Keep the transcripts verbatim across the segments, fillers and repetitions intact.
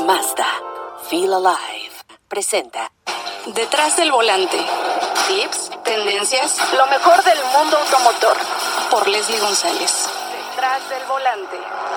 Mazda, Feel Alive, presenta Detrás del volante. Tips, tendencias, lo mejor del mundo automotor. Por Leslie González. Detrás del volante.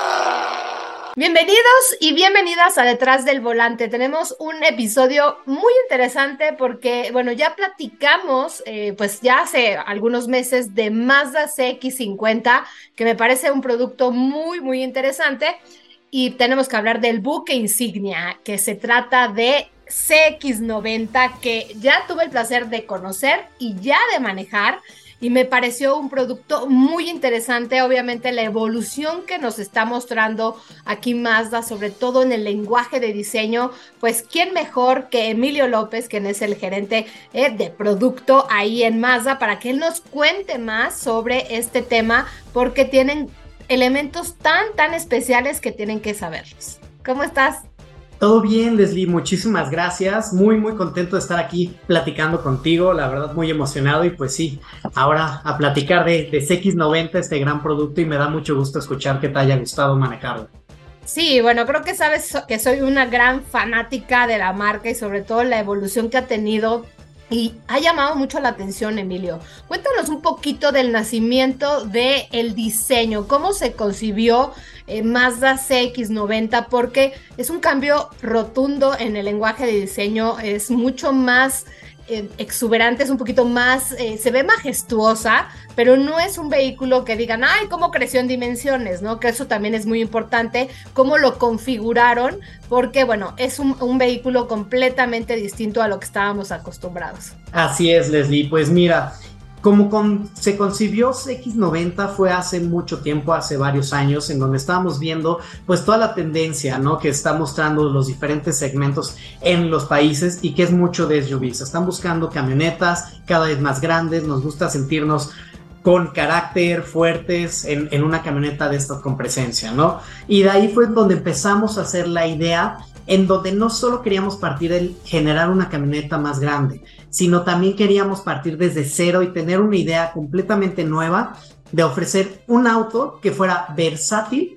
Bienvenidos y bienvenidas a Detrás del Volante. Tenemos un episodio muy interesante porque, bueno, ya platicamos, eh, pues ya hace algunos meses de Mazda C X cincuenta, que me parece un producto muy, muy interesante. Y tenemos que hablar del buque insignia, que se trata de C X noventa, que ya tuve el placer de conocer y ya de manejar. Y me pareció un producto muy interesante, obviamente la evolución que nos está mostrando aquí Mazda, sobre todo en el lenguaje de diseño, pues quién mejor que Emilio López, quien es el gerente eh, de producto ahí en Mazda, para que él nos cuente más sobre este tema, porque tienen elementos tan, tan especiales que tienen que saberlos. ¿Cómo estás? Todo bien, Leslie, muchísimas gracias, muy muy contento de estar aquí platicando contigo, la verdad muy emocionado y pues sí, ahora a platicar de, de C X noventa, este gran producto, y me da mucho gusto escuchar que te haya gustado manejarlo. Sí, bueno, creo que sabes que soy una gran fanática de la marca y sobre todo la evolución que ha tenido. Y ha llamado mucho la atención, Emilio. Cuéntanos un poquito del nacimiento del diseño, cómo se concibió eh, Mazda C X noventa, porque es un cambio rotundo en el lenguaje de diseño, es mucho más eh, exuberante, es un poquito más, eh, se ve majestuosa, pero no es un vehículo que digan, ay, cómo creció en dimensiones, ¿no? Que eso también es muy importante, cómo lo configuraron, porque, bueno, es un, un vehículo completamente distinto a lo que estábamos acostumbrados. Así es, Leslie. Pues mira, como con, se concibió C X noventa fue hace mucho tiempo, hace varios años, en donde estábamos viendo pues toda la tendencia, ¿no?, que está mostrando los diferentes segmentos en los países, y que es mucho de S U Vs. Están buscando camionetas cada vez más grandes, nos gusta sentirnos con carácter, fuertes, en, en una camioneta de estas con presencia, ¿no? Y de ahí fue donde empezamos a hacer la idea, en donde no solo queríamos partir de generar una camioneta más grande, sino también queríamos partir desde cero y tener una idea completamente nueva de ofrecer un auto que fuera versátil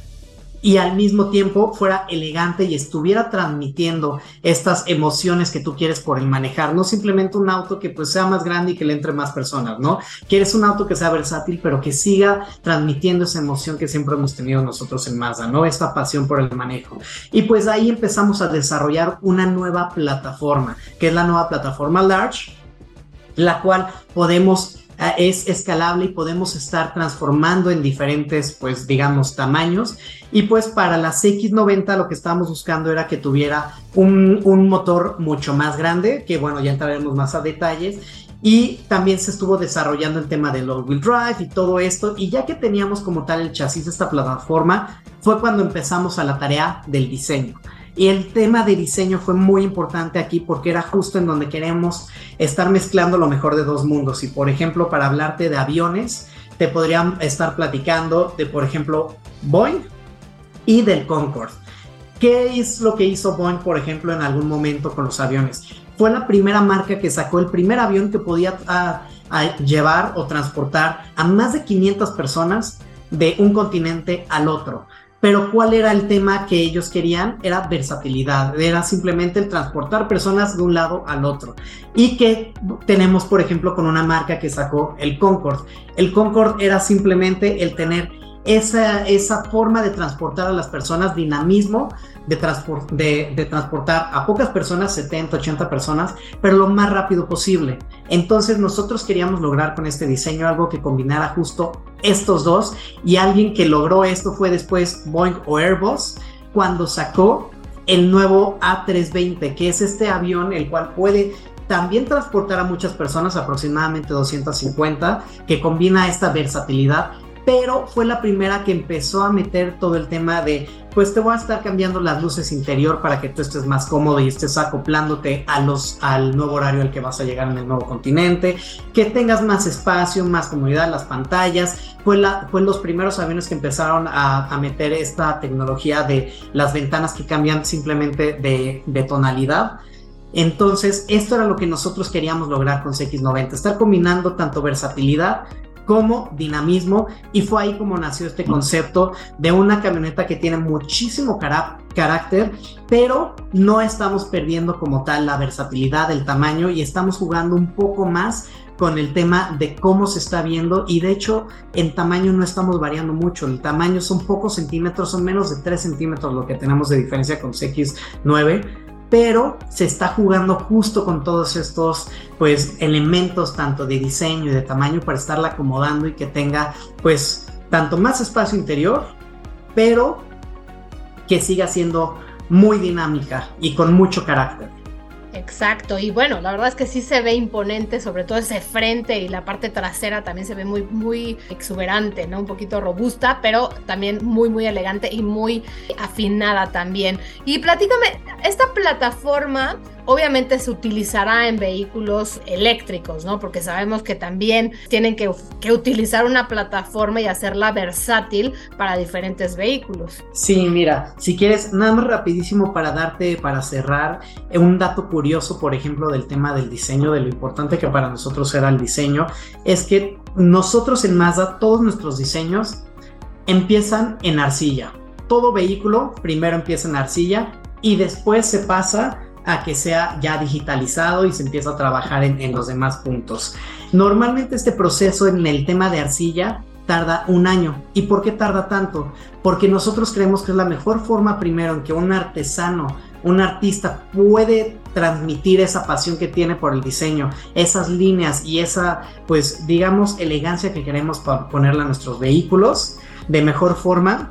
y al mismo tiempo fuera elegante y estuviera transmitiendo estas emociones que tú quieres por el manejar. No simplemente un auto que pues sea más grande y que le entre más personas, ¿no? Quieres un auto que sea versátil, pero que siga transmitiendo esa emoción que siempre hemos tenido nosotros en Mazda, ¿no? Esta pasión por el manejo. Y pues ahí empezamos a desarrollar una nueva plataforma, que es la nueva plataforma Large, la cual podemos... es escalable y podemos estar transformando en diferentes, pues digamos, tamaños. Y pues para la C X noventa lo que estábamos buscando era que tuviera un, un motor mucho más grande, que bueno, ya entraremos más a detalles. Y también se estuvo desarrollando el tema del all-wheel drive y todo esto, y ya que teníamos como tal el chasis de esta plataforma, fue cuando empezamos a la tarea del diseño. Y el tema de diseño fue muy importante aquí porque era justo en donde queremos estar mezclando lo mejor de dos mundos. Y por ejemplo, para hablarte de aviones, te podrían estar platicando de, por ejemplo, Boeing y del Concorde. ¿Qué es lo que hizo Boeing, por ejemplo, en algún momento con los aviones? Fue la primera marca que sacó el primer avión que podía a, a llevar o transportar a más de quinientas personas de un continente al otro. Pero ¿cuál era el tema que ellos querían? Era versatilidad, era simplemente el transportar personas de un lado al otro. Y que tenemos, por ejemplo, con una marca que sacó el Concorde. El Concorde era simplemente el tener esa, esa forma de transportar a las personas, dinamismo, de, transport, de, de transportar a pocas personas, setenta, ochenta personas, pero lo más rápido posible. Entonces nosotros queríamos lograr con este diseño algo que combinara justo estos dos, y alguien que logró esto fue después Boeing o Airbus, cuando sacó el nuevo A trescientos veinte, que es este avión el cual puede también transportar a muchas personas, aproximadamente doscientas cincuenta, que combina esta versatilidad, pero fue la primera que empezó a meter todo el tema de, pues te voy a estar cambiando las luces interior para que tú estés más cómodo y estés acoplándote a los, al nuevo horario al que vas a llegar en el nuevo continente, que tengas más espacio, más comodidad, las pantallas. Fue, la, fue los primeros aviones que empezaron a, a meter esta tecnología de las ventanas que cambian simplemente de, de tonalidad. Entonces, esto era lo que nosotros queríamos lograr con C X noventa, estar combinando tanto versatilidad como dinamismo, y fue ahí como nació este concepto de una camioneta que tiene muchísimo cara- carácter, pero no estamos perdiendo como tal la versatilidad, el tamaño, y estamos jugando un poco más con el tema de cómo se está viendo, y de hecho en tamaño no estamos variando mucho. El tamaño son pocos centímetros, son menos de tres centímetros lo que tenemos de diferencia con C X nueve, pero se está jugando justo con todos estos pues elementos tanto de diseño y de tamaño para estarla acomodando y que tenga pues tanto más espacio interior, pero que siga siendo muy dinámica y con mucho carácter. Exacto, y bueno, la verdad es que sí se ve imponente, sobre todo ese frente, y la parte trasera también se ve muy, muy exuberante, ¿no? Un poquito robusta, pero también muy, muy elegante y muy afinada también. Y platícame, esta plataforma obviamente se utilizará en vehículos eléctricos, ¿no? Porque sabemos que también tienen que, que utilizar una plataforma y hacerla versátil para diferentes vehículos. Sí, mira, si quieres, nada más rapidísimo para darte, para cerrar, un dato curioso, por ejemplo, del tema del diseño, de lo importante que para nosotros era el diseño, es que nosotros en Mazda, todos nuestros diseños empiezan en arcilla. Todo vehículo primero empieza en arcilla y después se pasa a que sea ya digitalizado y se empieza a trabajar en, en los demás puntos. Normalmente este proceso en el tema de arcilla tarda un año. ¿Y por qué tarda tanto? Porque nosotros creemos que es la mejor forma primero en que un artesano, un artista puede transmitir esa pasión que tiene por el diseño, esas líneas y esa, pues digamos, elegancia que queremos ponerle a nuestros vehículos de mejor forma.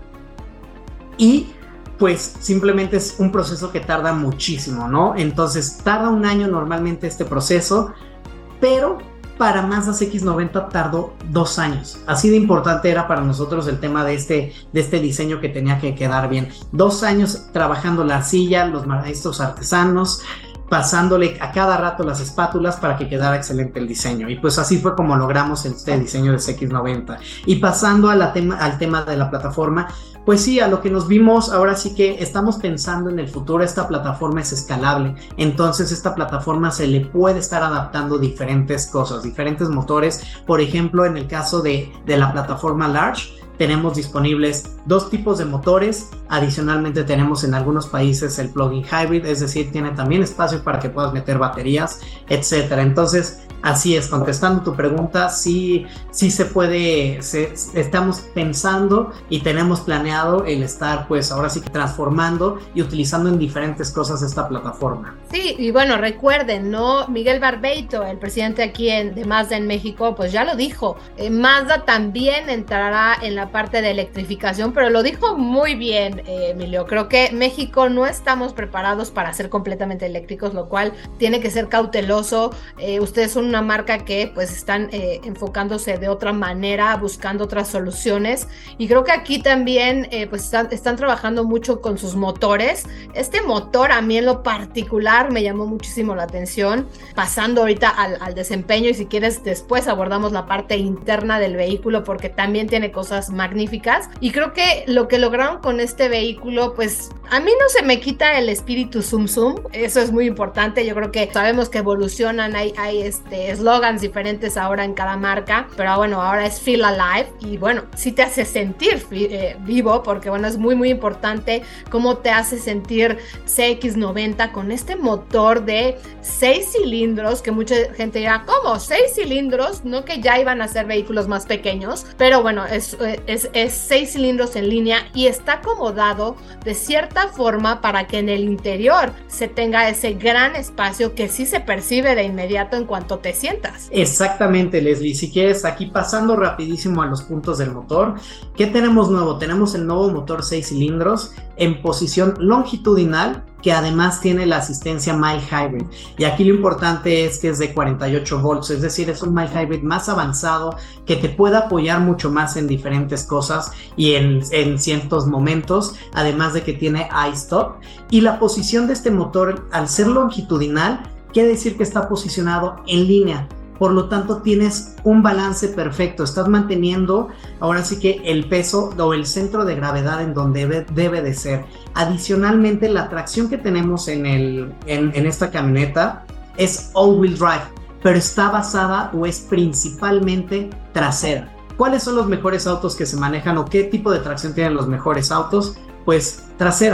Y pues simplemente es un proceso que tarda muchísimo, ¿no? Entonces tarda un año normalmente este proceso, pero para Mazda C X noventa tardó dos años. Así de importante era para nosotros el tema de este, de este diseño que tenía que quedar bien. Dos años trabajando la arcilla, los maestros artesanos, pasándole a cada rato las espátulas para que quedara excelente el diseño. Y pues así fue como logramos este diseño de C X noventa. Y pasando a la tema, al tema de la plataforma, pues sí, a lo que nos vimos, ahora sí que estamos pensando en el futuro. Esta plataforma es escalable, entonces esta plataforma se le puede estar adaptando diferentes cosas, diferentes motores. Por ejemplo, en el caso de, de la plataforma Large, tenemos disponibles dos tipos de motores. Adicionalmente tenemos en algunos países el plug-in hybrid, es decir, tiene también espacio para que puedas meter baterías, etcétera. Entonces, así es, contestando tu pregunta, sí, sí se puede, se, estamos pensando y tenemos planeado el estar, pues ahora sí que transformando y utilizando en diferentes cosas esta plataforma. Sí, y bueno, recuerden, ¿no? Miguel Barbeito, el presidente aquí en, de Mazda en México, pues ya lo dijo, eh, Mazda también entrará en la parte de electrificación, pero lo dijo muy bien, eh, Emilio. Creo que México no estamos preparados para ser completamente eléctricos, lo cual tiene que ser cauteloso. Eh, ustedes son una marca que pues están eh, enfocándose de otra manera, buscando otras soluciones, y creo que aquí también eh, pues están, están trabajando mucho con sus motores. Este motor a mí en lo particular me llamó muchísimo la atención, pasando ahorita al, al desempeño, y si quieres después abordamos la parte interna del vehículo porque también tiene cosas magníficas. Y creo que lo que lograron con este vehículo, pues a mí no se me quita el espíritu Zoom Zoom, eso es muy importante. Yo creo que sabemos que evolucionan, hay, hay este eslogans diferentes ahora en cada marca, pero bueno, ahora es Feel Alive, y bueno, sí te hace sentir eh, vivo, porque bueno, es muy muy importante cómo te hace sentir C X noventa con este motor de seis cilindros, que mucha gente dirá, ¿cómo? ¿seis cilindros? No, que ya iban a ser vehículos más pequeños, pero bueno, es, es, es seis cilindros en línea, y está acomodado de cierta forma para que en el interior se tenga ese gran espacio que sí se percibe de inmediato en cuanto te sientas. Exactamente, Leslie. Si quieres, aquí pasando rapidísimo a los puntos del motor, ¿qué tenemos nuevo? Tenemos el nuevo motor seis cilindros en posición longitudinal, que además tiene la asistencia Mild Hybrid, y aquí lo importante es que es de cuarenta y ocho volts, es decir, es un Mild Hybrid más avanzado que te puede apoyar mucho más en diferentes cosas y en, en ciertos momentos, además de que tiene iStop. Y la posición de este motor, al ser longitudinal, quiere decir que está posicionado en línea. Por lo tanto, tienes un balance perfecto. Estás manteniendo ahora sí que el peso o el centro de gravedad en donde debe, debe de ser. Adicionalmente, la tracción que tenemos en, el, en, en esta camioneta es all-wheel drive, pero está basada o es principalmente trasera. ¿Cuáles son los mejores autos que se manejan o qué tipo de tracción tienen los mejores autos? Pues trasera.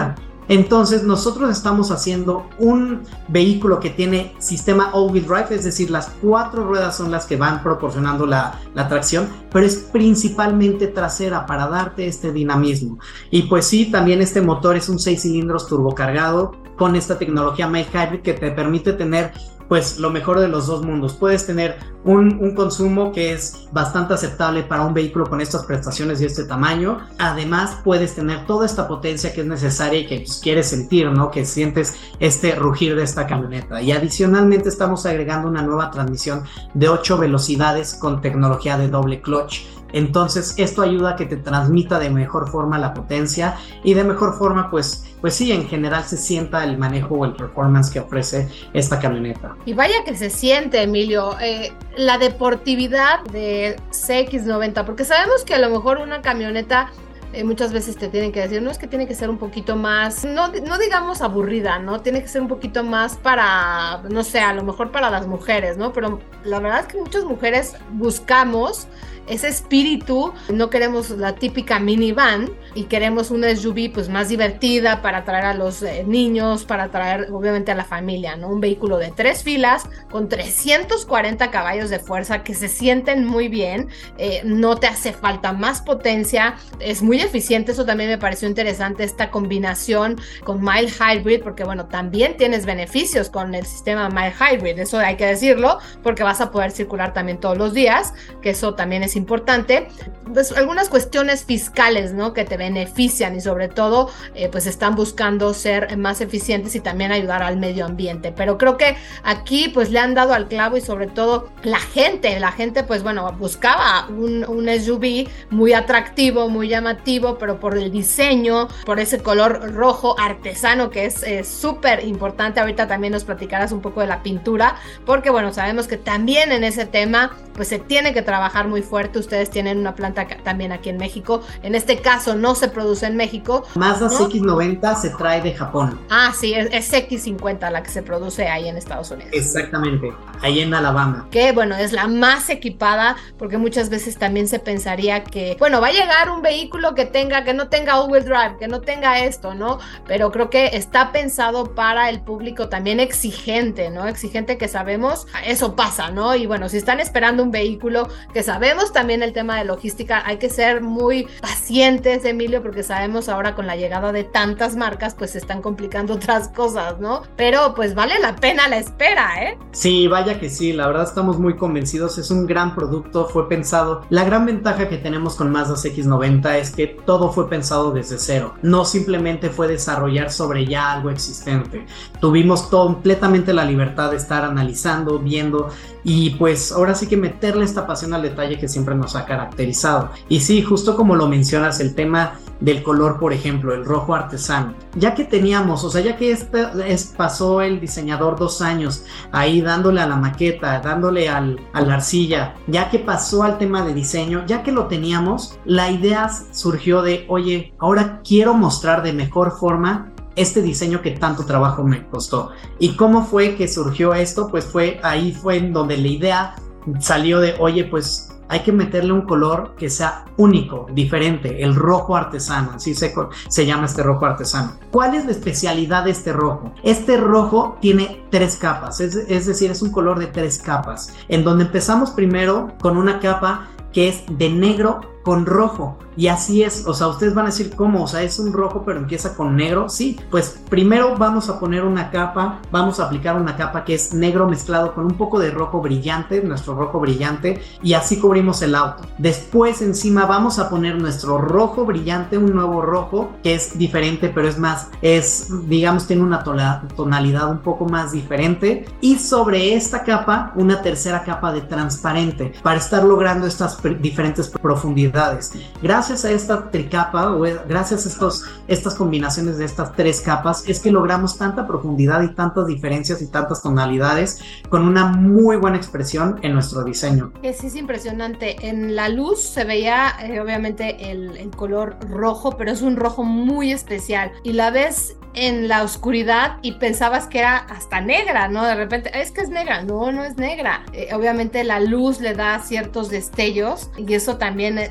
Entonces nosotros estamos haciendo un vehículo que tiene sistema all-wheel drive, es decir, las cuatro ruedas son las que van proporcionando la, la tracción, pero es principalmente trasera para darte este dinamismo. Y pues sí, también este motor es un seis cilindros turbocargado con esta tecnología mild hybrid que te permite tener pues lo mejor de los dos mundos. Puedes tener un, un consumo que es bastante aceptable para un vehículo con estas prestaciones y este tamaño. Además, puedes tener toda esta potencia que es necesaria y que pues, quieres sentir, ¿no? Que sientes este rugir de esta camioneta. Y adicionalmente estamos agregando una nueva transmisión de ocho velocidades con tecnología de doble clutch. Entonces esto ayuda a que te transmita de mejor forma la potencia y de mejor forma pues, pues sí, en general se sienta el manejo o el performance que ofrece esta camioneta. Y vaya que se siente, Emilio, eh, la deportividad de C X noventa, porque sabemos que a lo mejor una camioneta Eh, muchas veces te tienen que decir, no, es que tiene que ser un poquito más, no, no digamos aburrida, ¿no? Tiene que ser un poquito más para, no sé, a lo mejor para las mujeres, ¿no? Pero la verdad es que muchas mujeres buscamos ese espíritu, no queremos la típica minivan y queremos una S U V pues más divertida para atraer a los eh, niños, para atraer obviamente a la familia, ¿no? Un vehículo de tres filas con trescientos cuarenta caballos de fuerza que se sienten muy bien, eh, no te hace falta más potencia, es muy eficiente. Eso también me pareció interesante, esta combinación con mild hybrid, porque bueno, también tienes beneficios con el sistema mild hybrid, eso hay que decirlo, porque vas a poder circular también todos los días, que eso también es importante. Pues algunas cuestiones fiscales, ¿no? Que te benefician y sobre todo eh, pues están buscando ser más eficientes y también ayudar al medio ambiente, pero creo que aquí pues le han dado al clavo y sobre todo la gente, la gente pues bueno, buscaba un, un S U V muy atractivo, muy llamativo, pero por el diseño, por ese color rojo artesano que es súper importante. Ahorita también nos platicarás un poco de la pintura, porque bueno, sabemos que también en ese tema pues se tiene que trabajar muy fuerte. Ustedes tienen una planta también aquí en México, en este caso no se produce en México. Mazda ¿no? C X noventa se trae de Japón. Ah, sí, es, es C X cincuenta la que se produce ahí en Estados Unidos. Exactamente, ahí en Alabama. Que bueno, es la más equipada, porque muchas veces también se pensaría que, bueno, va a llegar un vehículo que tenga, que no tenga all-wheel drive, que no tenga esto, ¿no? Pero creo que está pensado para el público también exigente, ¿no? Exigente, que sabemos, eso pasa, ¿no? Y bueno, si están esperando un vehículo, que sabemos también el tema de logística, hay que ser muy pacientes, Emilio, porque sabemos ahora con la llegada de tantas marcas, pues se están complicando otras cosas, ¿no? Pero pues vale la pena la espera, ¿eh? Sí, vaya que sí, la verdad estamos muy convencidos, es un gran producto, fue pensado. La gran ventaja que tenemos con Mazda C X noventa es que todo fue pensado desde cero, no simplemente fue desarrollar sobre ya algo existente. Tuvimos todo, completamente la libertad de estar analizando, viendo y pues ahora sí que meterle esta pasión al detalle que siempre nos ha caracterizado. Y sí, justo como lo mencionas, el tema del color, por ejemplo, el rojo artesano, ya que teníamos, o sea, ya que este es, pasó el diseñador dos años ahí dándole a la maqueta, dándole al, a la arcilla, ya que pasó al tema de diseño, ya que lo teníamos, la idea surgió de, oye, ahora quiero mostrar de mejor forma este diseño que tanto trabajo me costó. ¿Y cómo fue que surgió esto? Pues fue ahí fue en donde la idea salió de, oye, pues hay que meterle un color que sea único, diferente, el rojo artesano, así se, se llama este rojo artesano. ¿Cuál es la especialidad de este rojo? Este rojo tiene tres capas, es, es decir, es un color de tres capas, en donde empezamos primero con una capa que es de negro con rojo, y así es, o sea, ustedes van a decir, ¿cómo? O sea, es un rojo pero empieza con negro. Sí, pues primero vamos a poner una capa, vamos a aplicar una capa que es negro mezclado con un poco de rojo brillante, nuestro rojo brillante, y así cubrimos el auto. Después encima vamos a poner nuestro rojo brillante, un nuevo rojo que es diferente, pero es más, es, digamos, tiene una tonalidad un poco más diferente, y sobre esta capa, una tercera capa de transparente, para estar logrando estas diferentes profundidades. Gracias a esta tricapa, o gracias a estos, estas combinaciones de estas tres capas, es que logramos tanta profundidad y tantas diferencias y tantas tonalidades con una muy buena expresión en nuestro diseño. Es, es impresionante. En la luz se veía eh, obviamente el, el color rojo, pero es un rojo muy especial. Y la ves en la oscuridad y pensabas que era hasta negra, ¿no? De repente, es que es negra. No, no es negra. Eh, obviamente la luz le da ciertos destellos y eso también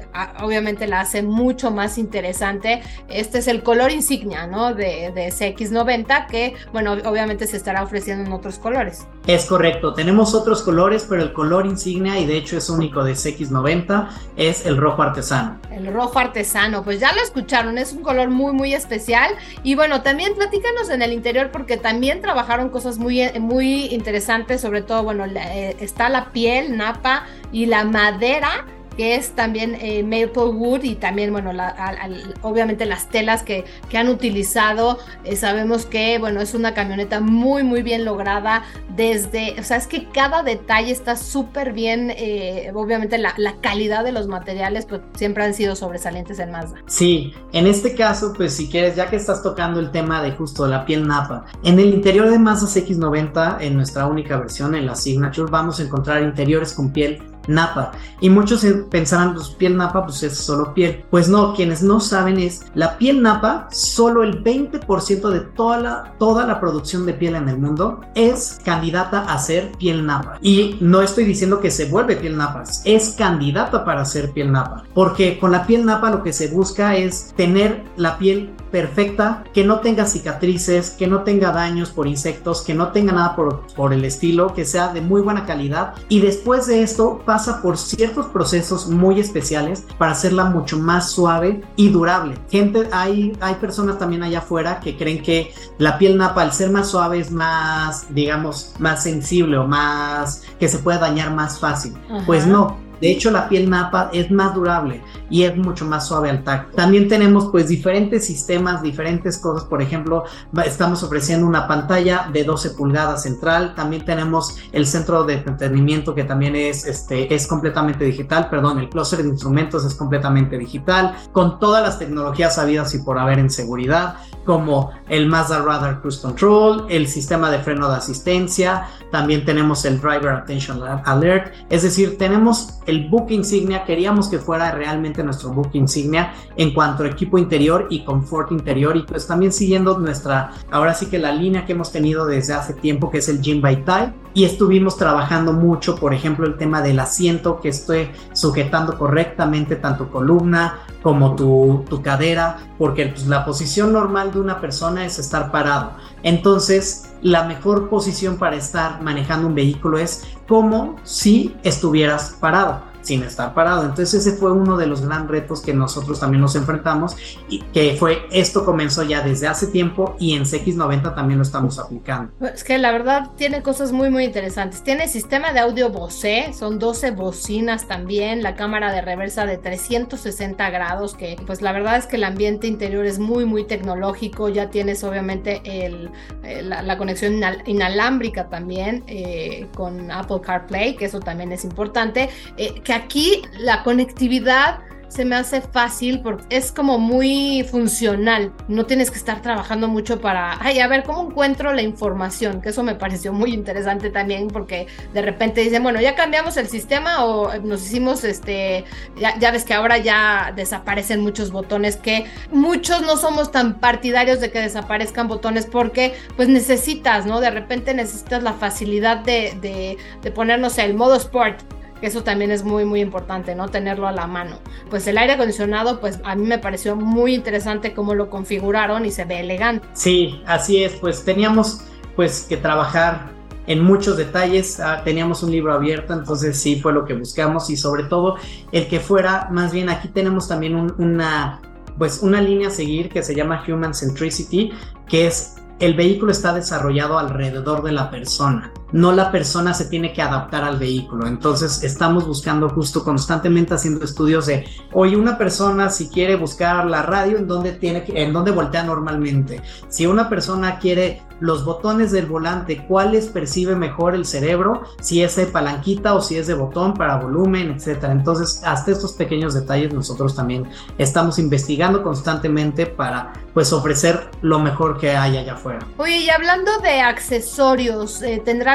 a, obviamente la hace mucho más interesante. Este es el color insignia, ¿no? De, de C X noventa, que, bueno, obviamente se estará ofreciendo en otros colores. Es correcto, tenemos otros colores, pero el color insignia, y de hecho es único de C X noventa, es el rojo artesano. El rojo artesano, pues ya lo escucharon, es un color muy, muy especial. Y bueno, también platícanos en el interior, porque también trabajaron cosas muy, muy interesantes, sobre todo, bueno, la, eh, está la piel, napa y la madera, que es también eh, maple wood, y también, bueno, la, a, a, obviamente las telas que, que han utilizado. Eh, sabemos que, bueno, es una camioneta muy, muy bien lograda desde, o sea, es que cada detalle está súper bien, eh, obviamente la, la calidad de los materiales, pues siempre han sido sobresalientes en Mazda. Sí, en este caso, pues si quieres, ya que estás tocando el tema de justo la piel napa, en el interior de Mazda C X noventa, en nuestra única versión, en la Signature, vamos a encontrar interiores con piel napa, y muchos pensarán, pues piel napa pues es solo piel. Pues no, quienes no saben es, la piel napa, solo el veinte por ciento de toda la, toda la producción de piel en el mundo es candidata a ser piel napa, y no estoy diciendo que se vuelve piel napa, es candidata para ser piel napa, porque con la piel napa lo que se busca es tener la piel perfecta, que no tenga cicatrices, que no tenga daños por insectos, que no tenga nada por, por el estilo, que sea de muy buena calidad, y después de esto pasa por ciertos procesos muy especiales para hacerla mucho más suave y durable. Gente, hay, hay personas también allá afuera que creen que la piel napa, al ser más suave, es más, digamos, más sensible, o más, que se puede dañar más fácil. Ajá. Pues no. De hecho, la piel napa es más durable y es mucho más suave al tacto. También tenemos pues diferentes sistemas, diferentes cosas. Por ejemplo, estamos ofreciendo una pantalla de doce pulgadas central. También tenemos el centro de entretenimiento, que también es, este, es completamente digital. Perdón, el clúster de instrumentos es completamente digital, con todas las tecnologías habidas y por haber en seguridad, como el Mazda Radar Cruise Control, el sistema de freno de asistencia. También tenemos el Driver Attention Alert. Es decir, tenemos el book insignia. Queríamos que fuera realmente nuestro book insignia en cuanto a equipo interior y confort interior, y pues también siguiendo nuestra, ahora sí que la línea que hemos tenido desde hace tiempo, que es el Jim Baitai, y estuvimos trabajando mucho, por ejemplo, el tema del asiento, que esté sujetando correctamente tanto columna como tu, tu cadera, porque pues, la posición normal de una persona es estar parado. Entonces, la mejor posición para estar manejando un vehículo es como si estuvieras parado, sin estar parado. Entonces ese fue uno de los grandes retos que nosotros también nos enfrentamos, y que fue, esto comenzó ya desde hace tiempo, y en C X noventa también lo estamos aplicando. Es que la verdad tiene cosas muy muy interesantes. Tiene sistema de audio Bose, son doce bocinas también, la cámara de reversa de trescientos sesenta grados, que pues la verdad es que el ambiente interior es muy muy tecnológico. Ya tienes obviamente el, el, la, la conexión inal- inalámbrica también, eh, con Apple CarPlay, que eso también es importante, eh, que aquí la conectividad se me hace fácil porque es como muy funcional. No tienes que estar trabajando mucho para, ay, a ver, ¿cómo encuentro la información? Que eso me pareció muy interesante también, porque de repente dicen, bueno, ya cambiamos el sistema o nos hicimos, este, ya, ya ves que ahora ya desaparecen muchos botones, que muchos no somos tan partidarios de que desaparezcan botones, porque pues necesitas, ¿no? De repente necesitas la facilidad de, de, de poner, no sé, el modo Sport. Eso también es muy muy importante, ¿no? Tenerlo a la mano. Pues el aire acondicionado, pues a mí me pareció muy interesante cómo lo configuraron y se ve elegante. Sí, así es, pues teníamos pues que trabajar en muchos detalles, ah, teníamos un libro abierto, entonces sí fue lo que buscamos, y sobre todo el que fuera, más bien aquí tenemos también un, una, pues una línea a seguir que se llama Human Centricity, que es el vehículo está desarrollado alrededor de la persona, no la persona se tiene que adaptar al vehículo. Entonces estamos buscando justo constantemente haciendo estudios de, oye, una persona si quiere buscar la radio, ¿en dónde tiene que, en dónde voltea normalmente? Si una persona quiere los botones del volante, ¿cuáles percibe mejor el cerebro? Si es de palanquita o si es de botón para volumen, etcétera. Entonces, hasta estos pequeños detalles nosotros también estamos investigando constantemente para, pues, ofrecer lo mejor que hay allá afuera. Oye, y hablando de accesorios, eh, ¿tendrán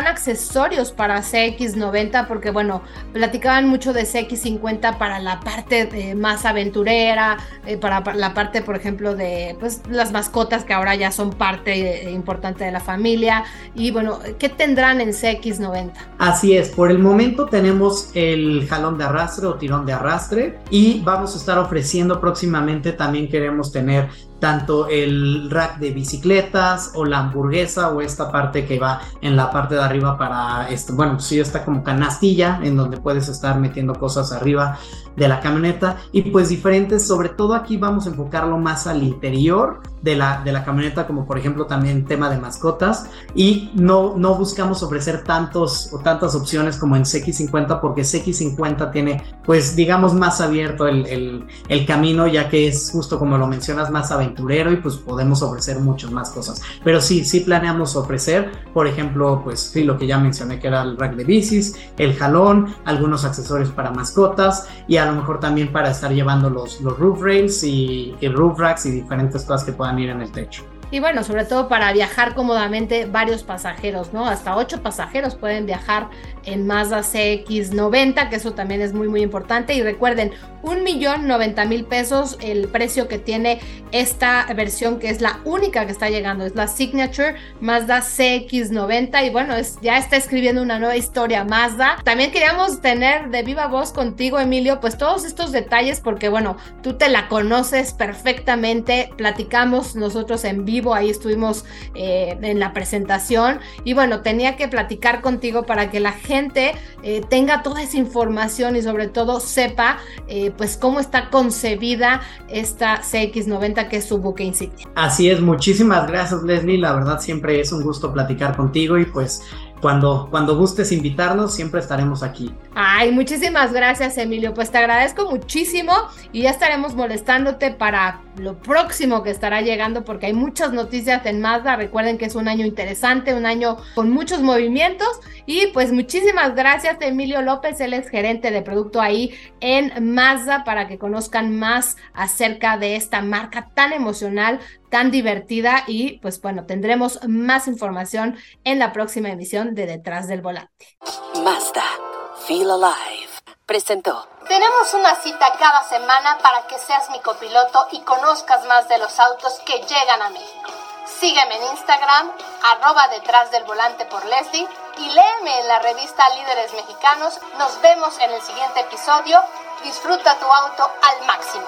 tendrán accesorios para C X noventa, porque bueno, platicaban mucho de C X cincuenta para la parte eh, más aventurera, eh, para, para la parte, por ejemplo, de pues las mascotas que ahora ya son parte eh, importante de la familia. Y bueno, ¿qué tendrán en C X noventa? Así es, por el momento tenemos el jalón de arrastre o tirón de arrastre, y vamos a estar ofreciendo próximamente, también queremos tener tanto el rack de bicicletas o la hamburguesa o esta parte que va en la parte de arriba para, esto, bueno, sí, está como canastilla en donde puedes estar metiendo cosas arriba de la camioneta, y pues diferentes, sobre todo aquí vamos a enfocarlo más al interior de la, de la camioneta, como por ejemplo también tema de mascotas, y no, no buscamos ofrecer tantos o tantas opciones como en C X cincuenta, porque C X cincuenta tiene pues digamos más abierto el, el, el camino, ya que es justo como lo mencionas, más aventurero, y pues podemos ofrecer muchas más cosas. Pero sí, sí planeamos ofrecer, por ejemplo, pues sí, lo que ya mencioné, que era el rack de bicis, el jalón, algunos accesorios para mascotas, y a lo mejor también para estar llevando los, los roof rails y, y roof racks y diferentes cosas que puedan ir en el techo. Y bueno, sobre todo para viajar cómodamente varios pasajeros, ¿no? Hasta ocho pasajeros pueden viajar en Mazda C X noventa, que eso también es muy, muy importante. Y recuerden, un millón noventa mil pesos el precio que tiene esta versión, que es la única que está llegando, es la Signature Mazda C X noventa. Y bueno, es, ya está escribiendo una nueva historia Mazda. También queríamos tener de viva voz contigo, Emilio, pues todos estos detalles, porque bueno, tú te la conoces perfectamente, platicamos nosotros en vivo, ahí estuvimos eh, en la presentación, y bueno, tenía que platicar contigo para que la gente eh, tenga toda esa información y sobre todo sepa eh, pues cómo está concebida esta C X noventa, que es su buque insignia. Así es, muchísimas gracias, Leslie, la verdad siempre es un gusto platicar contigo, y pues Cuando, cuando gustes invitarnos, siempre estaremos aquí. Ay, muchísimas gracias, Emilio. Pues te agradezco muchísimo, y ya estaremos molestándote para lo próximo que estará llegando, porque hay muchas noticias en Mazda. Recuerden que es un año interesante, un año con muchos movimientos. Y pues muchísimas gracias, Emilio López, él es gerente de producto ahí en Mazda, para que conozcan más acerca de esta marca tan emocional, tan divertida, y pues bueno, tendremos más información en la próxima emisión de Detrás del Volante. Mazda, Feel Alive, presentó. Tenemos una cita cada semana para que seas mi copiloto y conozcas más de los autos que llegan a México. Sígueme en Instagram, arroba Detrás del Volante por Leslie, y léeme en la revista Líderes Mexicanos. Nos vemos en el siguiente episodio. Disfruta tu auto al máximo.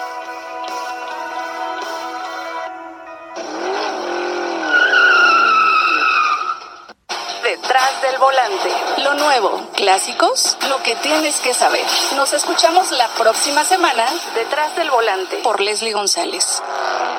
Detrás del Volante. Lo nuevo, clásicos, lo que tienes que saber. Nos escuchamos la próxima semana. Detrás del Volante por Leslie González.